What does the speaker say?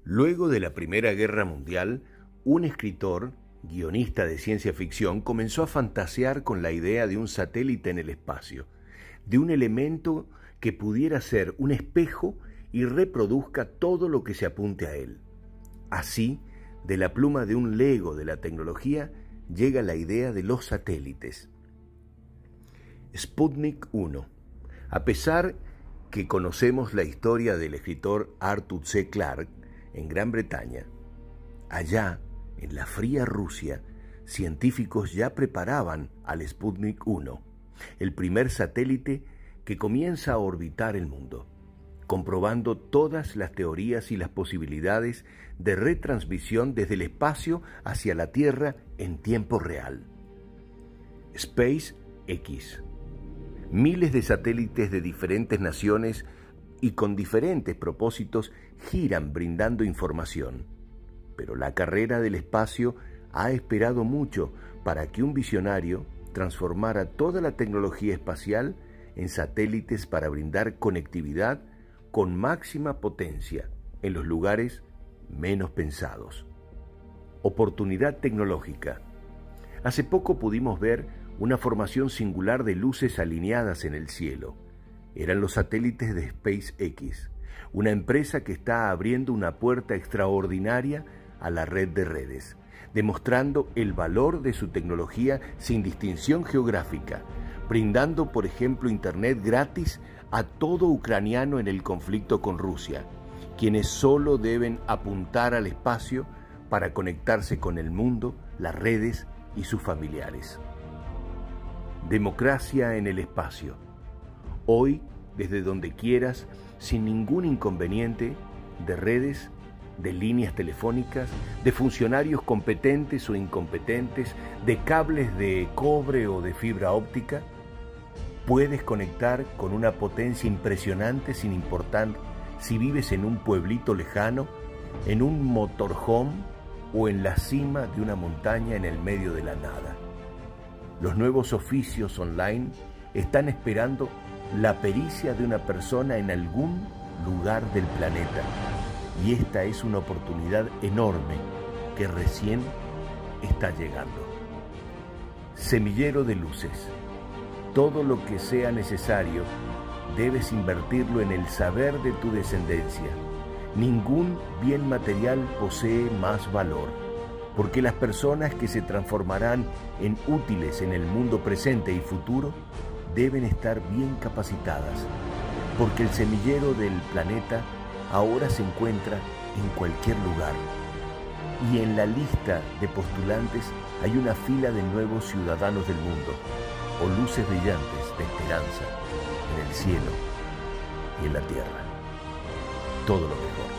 Luego de la Primera Guerra Mundial, un escritor, guionista de ciencia ficción, comenzó a fantasear con la idea de un satélite en el espacio, de un elemento que pudiera ser un espejo y reproduzca todo lo que se apunte a él. Así, de la pluma de un lego de la tecnología, llega la idea de los satélites. Sputnik 1. A pesar que conocemos la historia del escritor Arthur C. Clarke en Gran Bretaña, allá, en la fría Rusia, científicos ya preparaban al Sputnik 1, el primer satélite que comienza a orbitar el mundo, comprobando todas las teorías y las posibilidades de retransmisión desde el espacio hacia la Tierra en tiempo real. SpaceX. Miles de satélites de diferentes naciones y con diferentes propósitos giran brindando información. Pero la carrera del espacio ha esperado mucho para que un visionario transformara toda la tecnología espacial en satélites para brindar conectividad con máxima potencia en los lugares menos pensados. Oportunidad tecnológica. Hace poco pudimos ver una formación singular de luces alineadas en el cielo. Eran los satélites de SpaceX, una empresa que está abriendo una puerta extraordinaria a la red de redes, demostrando el valor de su tecnología sin distinción geográfica, brindando, por ejemplo, internet gratis a todo ucraniano en el conflicto con Rusia, quienes solo deben apuntar al espacio para conectarse con el mundo, las redes y sus familiares. Democracia en el espacio. Hoy, desde donde quieras, sin ningún inconveniente, de redes, de líneas telefónicas, de funcionarios competentes o incompetentes, de cables de cobre o de fibra óptica, puedes conectar con una potencia impresionante sin importar si vives en un pueblito lejano, en un motorhome o en la cima de una montaña en el medio de la nada. Los nuevos oficios online están esperando la pericia de una persona en algún lugar del planeta. Y esta es una oportunidad enorme que recién está llegando. Semillero de luces. Todo lo que sea necesario debes invertirlo en el saber de tu descendencia. Ningún bien material posee más valor, porque las personas que se transformarán en útiles en el mundo presente y futuro deben estar bien capacitadas, porque el semillero del planeta ahora se encuentra en cualquier lugar, y en la lista de postulantes hay una fila de nuevos ciudadanos del mundo, o luces brillantes de esperanza en el cielo y en la tierra. Todo lo mejor.